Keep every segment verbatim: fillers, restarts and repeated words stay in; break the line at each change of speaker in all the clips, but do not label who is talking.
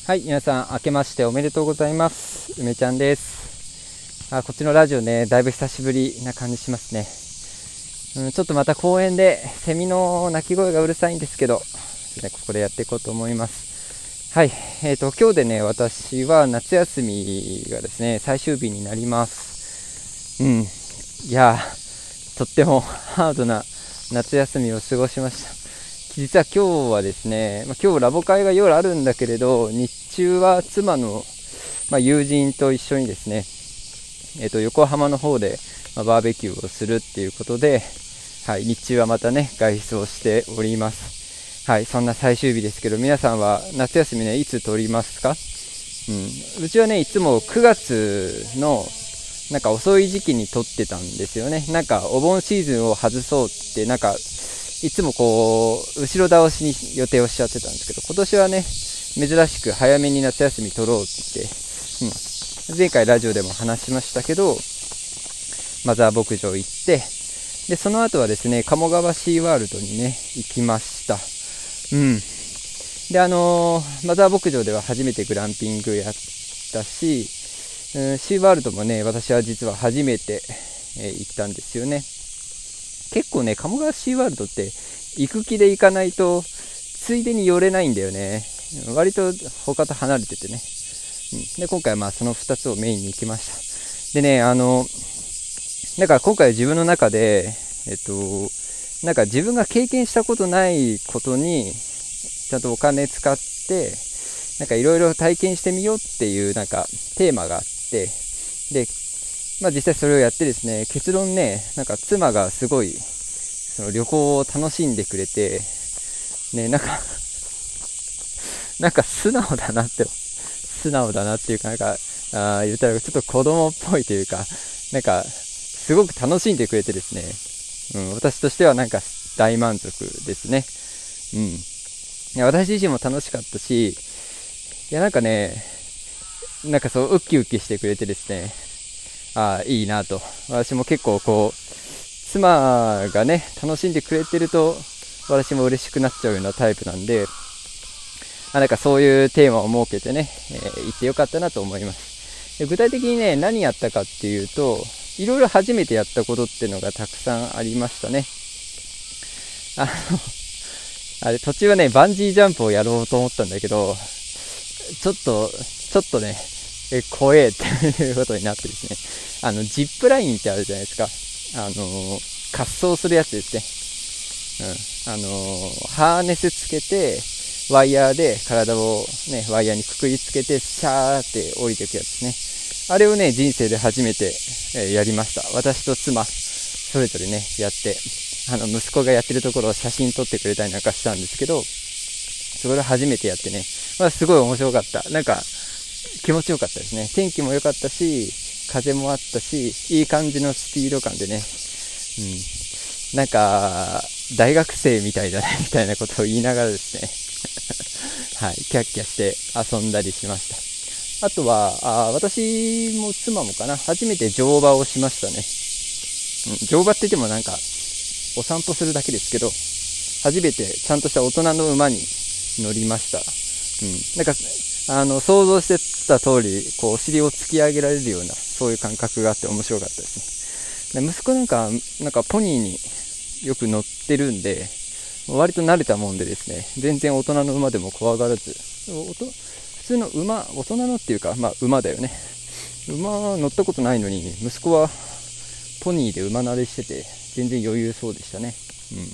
はい、皆さん明けましておめでとうございます。梅ちゃんです。あ、こっちのラジオね、だいぶ久しぶりな感じしますね。うん、ちょっとまた公園でセミの鳴き声がうるさいんですけど、ね、ここでやっていこうと思います。はい、えーと今日でね、私は夏休みがですね最終日になります。うん、いやとってもハードな夏休みを過ごしました。実は今日はですね、まあ、今日ラボ会が夜あるんだけれど、日中は妻の、まあ、友人と一緒にですね、えーと、横浜の方で、まあ、バーベキューをするっていうことで、はい、日中はまたね外出をしております。はい、そんな最終日ですけど、皆さんは夏休みねいつ取りますか？うん、うちはねいつもくがつのなんか遅い時期に取ってたんですよね。なんかお盆シーズンを外そうってなんかいつもこう後ろ倒しに予定をしちゃってたんですけど、今年はね珍しく早めに夏休み取ろうって言って、うん、前回ラジオでも話しましたけど、マザー牧場行って、でその後はですね鴨川シーワールドにね行きました。うんであのー、マザー牧場では初めてグランピングやったし、うん、シーワールドもね私は実は初めて、えー、行ったんですよね。結構ね鴨川シーワールドって行く気で行かないとついでに寄れないんだよね。割と他と離れててね、うん、で今回はまあそのふたつをメインに行きました。でねあのだから今回自分の中でえっとなんか自分が経験したことないことにちゃんとお金使ってなんかいろいろ体験してみようっていうなんかテーマがあって、でまあ、実際それをやってですね、結論ね、なんか妻がすごいその旅行を楽しんでくれて、ね、なんかなんか素直だなって、素直だなっていうか、なんか、あ言ったらちょっと子供っぽいというか、なんか、すごく楽しんでくれてですね、うん、私としてはなんか大満足ですね。うん。いや、私自身も楽しかったし、いや、なんかね、なんかそう、ウキウキしてくれてですね、あいいなと。私も結構こう妻がね楽しんでくれてると私も嬉しくなっちゃうようなタイプなんで、あなんかそういうテーマを設けてね、えー、行ってよかったなと思います。で具体的にね何やったかっていうと、いろいろ初めてやったことっていうのがたくさんありましたね。あのあれ途中はねバンジージャンプをやろうと思ったんだけど、ちょっとちょっとねえ怖えっていうことになってですね、あのジップラインってあるじゃないですか。あのー、滑走するやつですね。うん、あのー、ハーネスつけてワイヤーで体をねワイヤーにくくりつけてシャーって降りていくやつですね。あれをね人生で初めて、えー、やりました。私と妻それぞれねやって、あの息子がやってるところを写真撮ってくれたりなんかしたんですけど、それを初めてやってね、まあ、すごい面白かった。なんか気持ちよかったですね。天気も良かったし風もあったし、いい感じのスピード感でね、うん、なんか大学生みたいだねみたいなことを言いながらですねはい、キャッキャして遊んだりしました。あとはあ私も妻もかな、初めて乗馬をしましたね。うん、乗馬って言ってもなんかお散歩するだけですけど、初めてちゃんとした大人の馬に乗りました。うん、なんかあの想像してた通りこうお尻を突き上げられるようなそういう感覚があって面白かったですね。で息子なんかなんかポニーによく乗ってるんで割と慣れたもんでですね、全然大人の馬でも怖がらず、普通の馬、大人のっていうかまあ馬だよね。馬乗ったことないのに息子はポニーで馬慣れしてて全然余裕そうでしたね。うん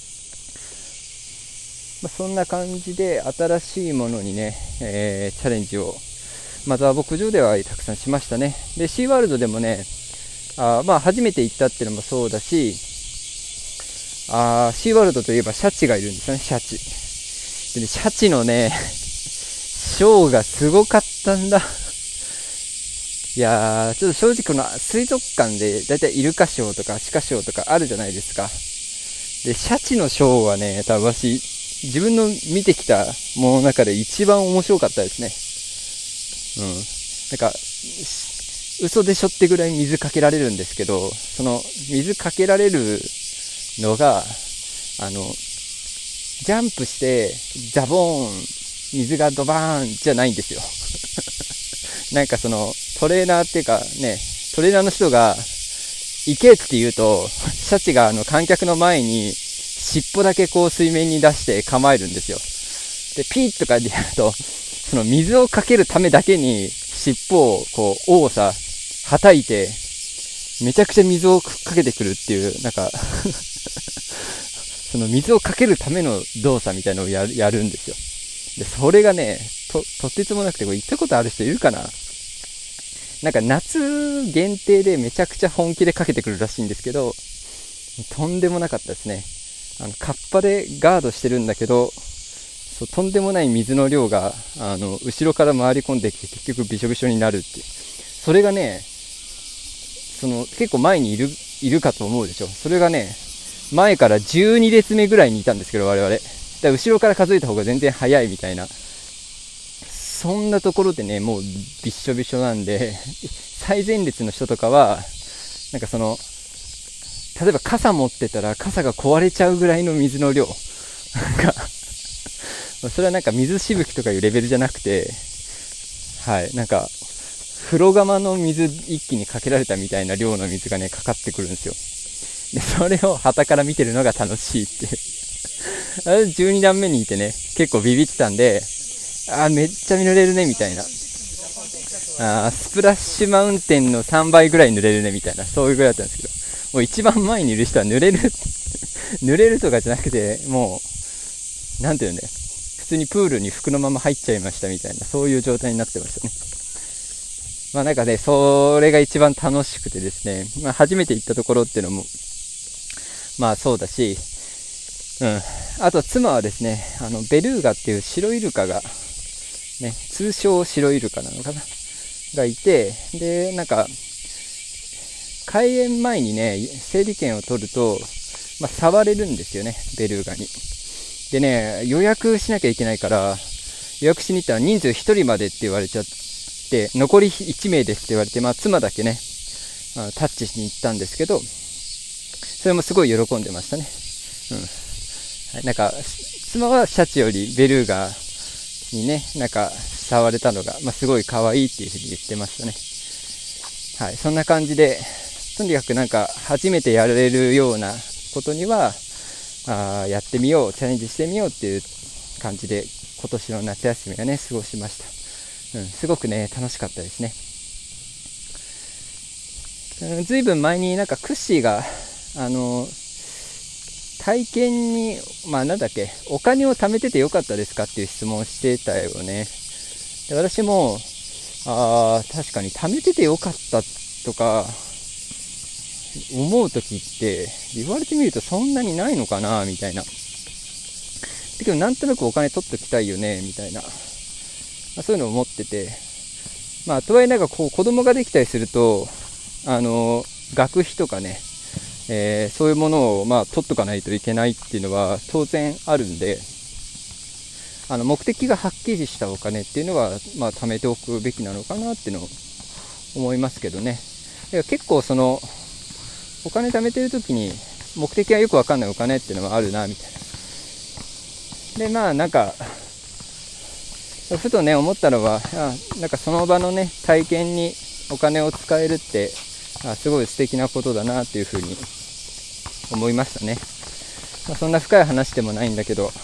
まあ、そんな感じで新しいものにね、えー、チャレンジをマザー牧場ではたくさんしましたね。でシーワールドでもね、あまあ初めて行ったっていうのもそうだし、あシーワールドといえばシャチがいるんですよね。シャチでね、シャチのねショーがすごかったんだ。いやーちょっと正直この水族館でだいたいイルカショーとかアシカショーとかあるじゃないですか。でシャチのショーはね多分私自分の見てきたものの中で一番面白かったですね。うん。なんか、嘘でしょってぐらい水かけられるんですけど、その水かけられるのが、あの、ジャンプして、ザボーン水がドバーンじゃないんですよなんかそのトレーナーっていうかね、トレーナーの人が行けって言うと、シャチがあの観客の前に尻尾だけこう水面に出して構えるんですよ。でピーとかでやると、その水をかけるためだけに尻尾をこう王さはたいて、めちゃくちゃ水をかけてくるっていう、なんかその水をかけるための動作みたいなのをやる、やるんですよ。でそれがね、ととてつもなくて、これ行ったことある人いるかな。なんか夏限定でめちゃくちゃ本気でかけてくるらしいんですけど、とんでもなかったですね。あのカッパでガードしてるんだけど、そうとんでもない水の量があの後ろから回り込んできて、結局びしょびしょになるっていう。それがね、その結構前にいるいるかと思うでしょ。それがね、前からじゅうに列目ぐらいにいたんですけど、我々だから後ろから数えた方が全然早いみたいな、そんなところでね、もうびっしょびしょなんで最前列の人とかはなんかその、例えば傘持ってたら傘が壊れちゃうぐらいの水の量なんかそれはなんか水しぶきとかいうレベルじゃなくて、はい、なんか風呂釜の水一気にかけられたみたいな量の水がね、かかってくるんですよ。でそれを傍から見てるのが楽しいってあれじゅうに段目にいてね、結構ビビってたんで、あーめっちゃ濡れるねみたいな、あスプラッシュマウンテンのさんばいぐらい濡れるねみたいな、そういうぐらいだったんですけど、もう一番前にいる人は濡れる濡れるとかじゃなくて、もうなんていうのね、普通にプールに服のまま入っちゃいましたみたいな、そういう状態になってましたね。まあなんかね、それが一番楽しくてですね、まあ初めて行ったところっていうのもまあそうだし、うん、あと妻はですね、あのベルーガっていう白イルカがね、通称白イルカなのかながいて、でなんか開園前にね、整理券を取ると、まあ、触れるんですよね、ベルーガに。でね、予約しなきゃいけないから、予約しに行ったら人数ひとりまでって言われちゃって、残りいち名ですって言われて、まあ妻だけね、タッチしに行ったんですけど、それもすごい喜んでましたね。うん。はい、なんか、妻はシャチよりベルーガにね、なんか触れたのが、まあ、すごい可愛いっていうふうに言ってましたね。はい、そんな感じで、とにかくなんか初めてやれるようなことには、あやってみよう、チャレンジしてみようっていう感じで、今年の夏休みはね、過ごしました。うん、すごくね、楽しかったですね。うん、ずいぶん前になんかクッシーが、あの、体験に、まあなんだっけ、お金を貯めててよかったですかっていう質問をしてたよね。で私も、あ確かに貯めててよかったとか、思うときって言われてみるとそんなにないのかなみたいな。だけどなんとなくお金取っときたいよねみたいな、まあ、そういうのを思ってて、まあとはいえなんかこう子供ができたりすると、あの学費とかね、えー、そういうものをまあ取っとかないといけないっていうのは当然あるんで、あの目的がはっきりしたお金っていうのはまあ貯めておくべきなのかなっていうのを思いますけどね。だから結構そのお金貯めてるときに目的がよくわかんないお金っていうのはあるなみたいな。でまあなんかふとね思ったのは、あなんかその場のね体験にお金を使えるってあすごい素敵なことだなっていうふうに思いましたね。まあ、そんな深い話でもないんだけど、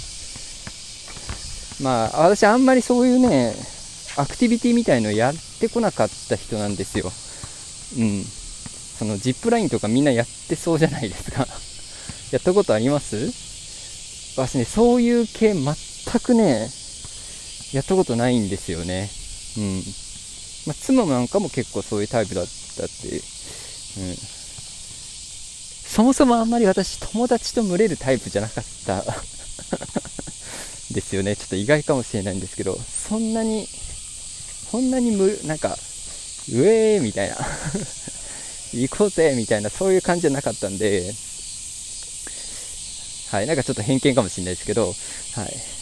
まあ私あんまりそういうねアクティビティみたいのやってこなかった人なんですよ。うん。そのジップラインとかみんなやってそうじゃないですかやったことあります？私ね、そういう系全くね、やったことないんですよね。うん。まあ、妻なんかも結構そういうタイプだったって、うん。そもそもあんまり私、友達と群れるタイプじゃなかったですよね。ちょっと意外かもしれないんですけど、そんなに、そんなにむ、なんか、うえーみたいな。行こうぜみたいな、そういう感じじゃなかったんで、はい、なんかちょっと偏見かもしれないですけど、はい、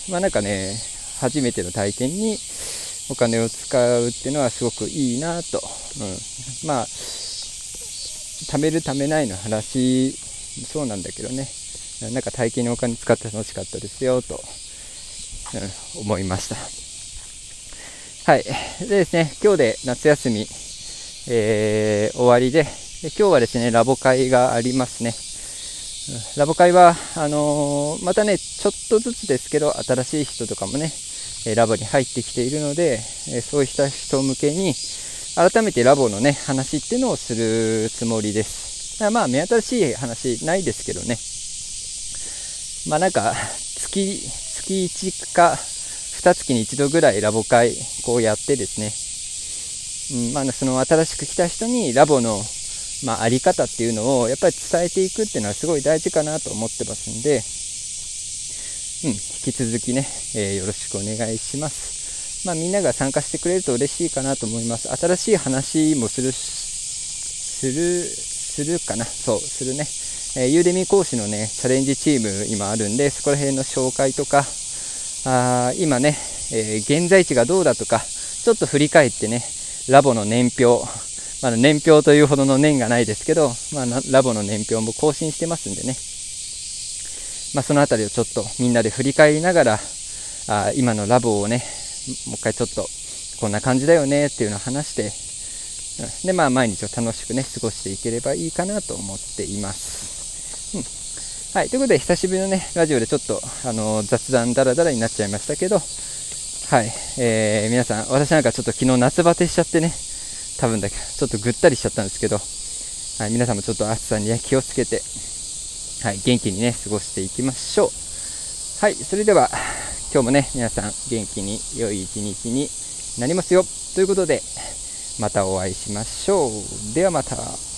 まあなんかね、初めての体験にお金を使うっていうのはすごくいいなと、うん、まあ貯める貯めないの話そうなんだけどね、なんか体験にお金使って楽しかったですよとうん、思いました。はい。でですね、今日で夏休み、えー、終わりで、で今日はですね、ラボ会がありますね。ラボ会は、あのー、またね、ちょっとずつですけど、新しい人とかもね、ラボに入ってきているので、そうした人向けに、改めてラボのね、話っていうのをするつもりです。だからまあ、目新しい話ないですけどね。まあなんか、月、月いちかにかげつに一度ぐらいラボ会、こうやってですね、うん、まあその新しく来た人にラボの、まあ、あり方っていうのをやっぱり伝えていくっていうのはすごい大事かなと思ってますんで、うん、引き続きね、えー、よろしくお願いします。まあみんなが参加してくれると嬉しいかなと思います。新しい話もするするするかなそうするね、えー、ユーデミー講師のねチャレンジチーム今あるんで、そこら辺の紹介とか、あ今ね、えー、現在地がどうだとかちょっと振り返ってね、ラボの年表、まあ、年表というほどの年がないですけど、まあ、ラボの年表も更新してますんでね、まあ、そのあたりをちょっとみんなで振り返りながら、あ今のラボをね、もう一回ちょっとこんな感じだよねっていうのを話して、で、まあ、毎日を楽しくね過ごしていければいいかなと思っています。うん、はい、ということで久しぶりのねラジオでちょっとあの雑談ダラダラになっちゃいましたけど、はい、えー、皆さん、私なんかちょっと昨日夏バテしちゃってね、多分だけちょっとぐったりしちゃったんですけど、はい、皆さんもちょっと暑さに、ね、気をつけて、はい、元気にね過ごしていきましょう。はい、それでは今日もね皆さん元気に良い一日になりますよということで、またお会いしましょう。ではまた。